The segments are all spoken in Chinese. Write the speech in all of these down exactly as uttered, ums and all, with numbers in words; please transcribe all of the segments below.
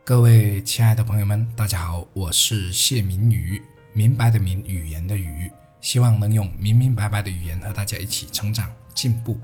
各位亲爱的朋友们，大家好，我是谢明宇，明白的明，语言的语，希望能用明明白白的语言和大家一起成长进步。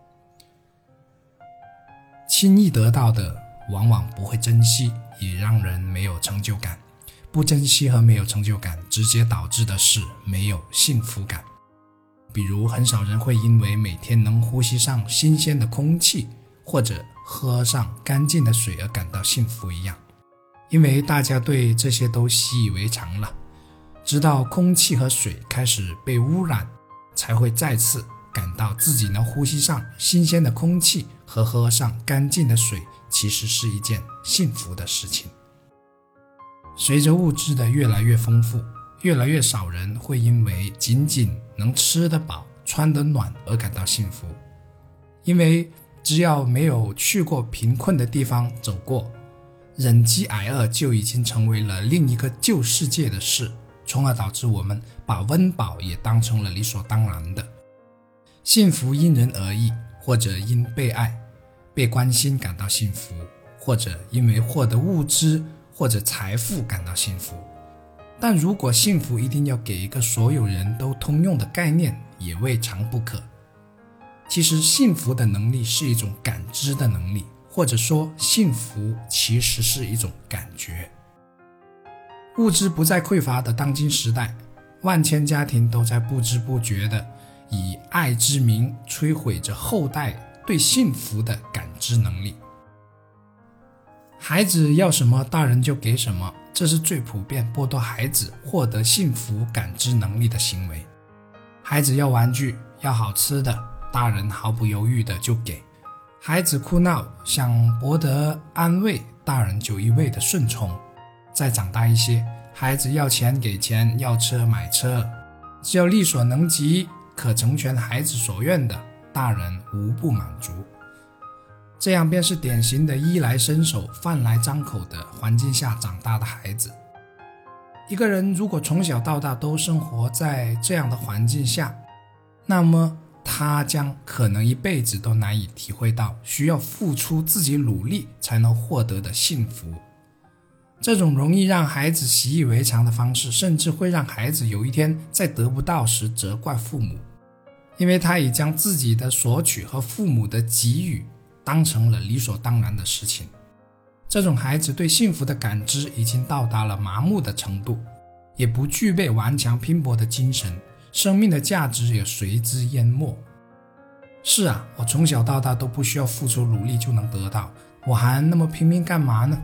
轻易得到的往往不会珍惜，也让人没有成就感。不珍惜和没有成就感直接导致的是没有幸福感。比如很少人会因为每天能呼吸上新鲜的空气或者喝上干净的水而感到幸福一样，因为大家对这些都习以为常了，直到空气和水开始被污染，才会再次感到自己能呼吸上新鲜的空气和喝上干净的水其实是一件幸福的事情。随着物质的越来越丰富，越来越少人会因为仅仅能吃得饱穿得暖而感到幸福，因为只要没有去过贫困的地方走过，忍饥挨饿就已经成为了另一个旧世界的事，从而导致我们把温饱也当成了理所当然的。幸福因人而异，或者因被爱被关心感到幸福，或者因为获得物质或者财富感到幸福。但如果幸福一定要给一个所有人都通用的概念，也未尝不可。其实幸福的能力是一种感知的能力，或者说幸福其实是一种感觉。物质不再匮乏的当今时代，万千家庭都在不知不觉地以爱之名摧毁着后代对幸福的感知能力。孩子要什么大人就给什么，这是最普遍剥夺孩子获得幸福感知能力的行为。孩子要玩具要好吃的，大人毫不犹豫的就给。孩子哭闹想博得安慰，大人就一味的顺从。再长大一些，孩子要钱给钱，要车买车，只要力所能及可成全孩子所愿的，大人无不满足。这样便是典型的衣来伸手饭来张口的环境下长大的孩子。一个人如果从小到大都生活在这样的环境下，那么他将可能一辈子都难以体会到需要付出自己努力才能获得的幸福。这种容易让孩子习以为常的方式，甚至会让孩子有一天在得不到时责怪父母，因为他已将自己的索取和父母的给予当成了理所当然的事情。这种孩子对幸福的感知已经到达了麻木的程度，也不具备顽强拼搏的精神，生命的价值也随之淹没。是啊，我从小到大都不需要付出努力就能得到，我还那么拼命干嘛呢？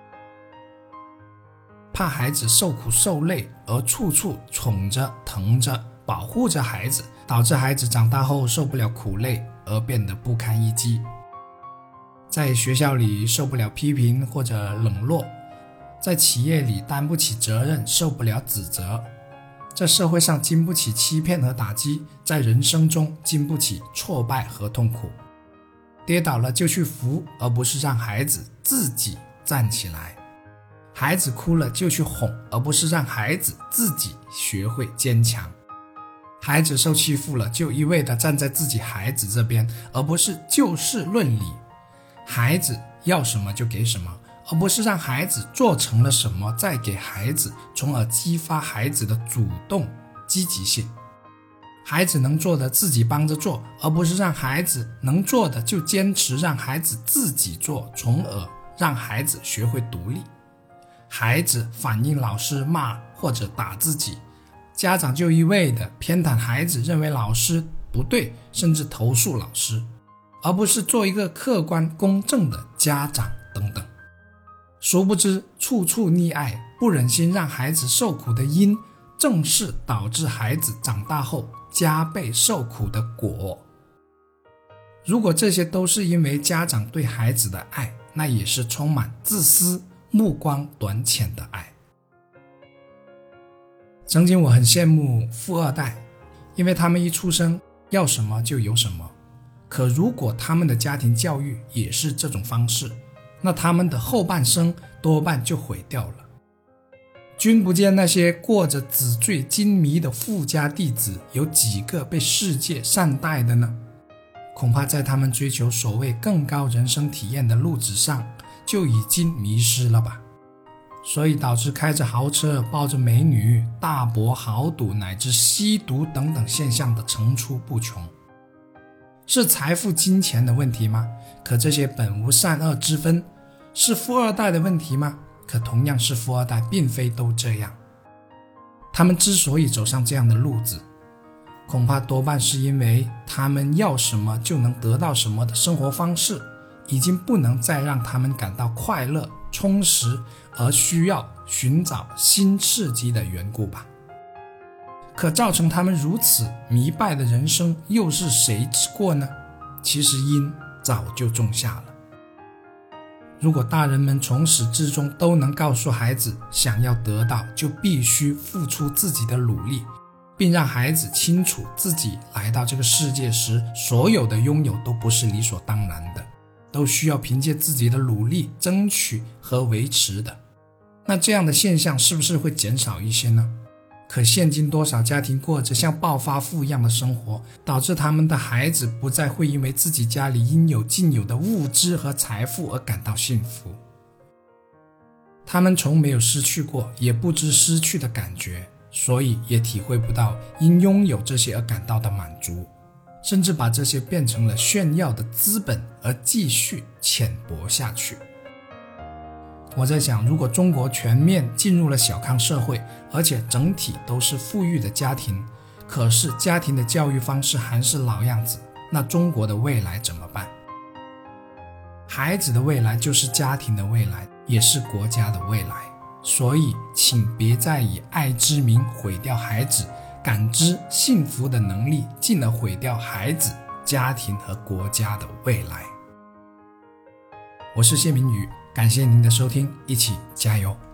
怕孩子受苦受累，而处处宠着疼着保护着孩子，导致孩子长大后受不了苦累而变得不堪一击。在学校里受不了批评或者冷落，在企业里担不起责任，受不了指责，在社会上经不起欺骗和打击，在人生中经不起挫败和痛苦。跌倒了就去扶，而不是让孩子自己站起来。孩子哭了就去哄，而不是让孩子自己学会坚强。孩子受欺负了就一味地站在自己孩子这边，而不是就事论理。孩子要什么就给什么，而不是让孩子做成了什么再给孩子，从而激发孩子的主动积极性。孩子能做的自己帮着做，而不是让孩子能做的就坚持让孩子自己做，从而让孩子学会独立。孩子反映老师骂或者打自己，家长就一味的偏袒孩子，认为老师不对，甚至投诉老师，而不是做一个客观公正的家长等等。殊不知处处溺爱，不忍心让孩子受苦的因，正是导致孩子长大后加倍受苦的果。如果这些都是因为家长对孩子的爱，那也是充满自私目光短浅的爱。曾经我很羡慕富二代，因为他们一出生要什么就有什么。可如果他们的家庭教育也是这种方式，那他们的后半生多半就毁掉了。君不见那些过着纸醉金迷的富家弟子，有几个被世界善待的呢？恐怕在他们追求所谓更高人生体验的路子上， 就已经迷失了吧。所以导致开着豪车、抱着美女、大博豪赌乃至吸毒等等现象的层出不穷。是财富金钱的问题吗？可这些本无善恶之分。是富二代的问题吗？可同样是富二代并非都这样。他们之所以走上这样的路子，恐怕多半是因为他们要什么就能得到什么的生活方式已经不能再让他们感到快乐充实，而需要寻找新刺激的缘故吧。可造成他们如此迷败的人生又是谁之过呢？其实因早就种下了。如果大人们从始至终都能告诉孩子，想要得到就必须付出自己的努力，并让孩子清楚自己来到这个世界时，所有的拥有都不是理所当然的，都需要凭借自己的努力争取和维持的，那这样的现象是不是会减少一些呢？可现今多少家庭过着像暴发户一样的生活，导致他们的孩子不再会因为自己家里应有尽有的物质和财富而感到幸福。他们从没有失去过，也不知失去的感觉，所以也体会不到因拥有这些而感到的满足，甚至把这些变成了炫耀的资本而继续浅薄下去。我在想，如果中国全面进入了小康社会，而且整体都是富裕的家庭，可是家庭的教育方式还是老样子，那中国的未来怎么办？孩子的未来就是家庭的未来，也是国家的未来，所以请别再以爱之名毁掉孩子感知幸福的能力，进而毁掉孩子、家庭和国家的未来。我是谢明宇，感谢您的收听，一起加油。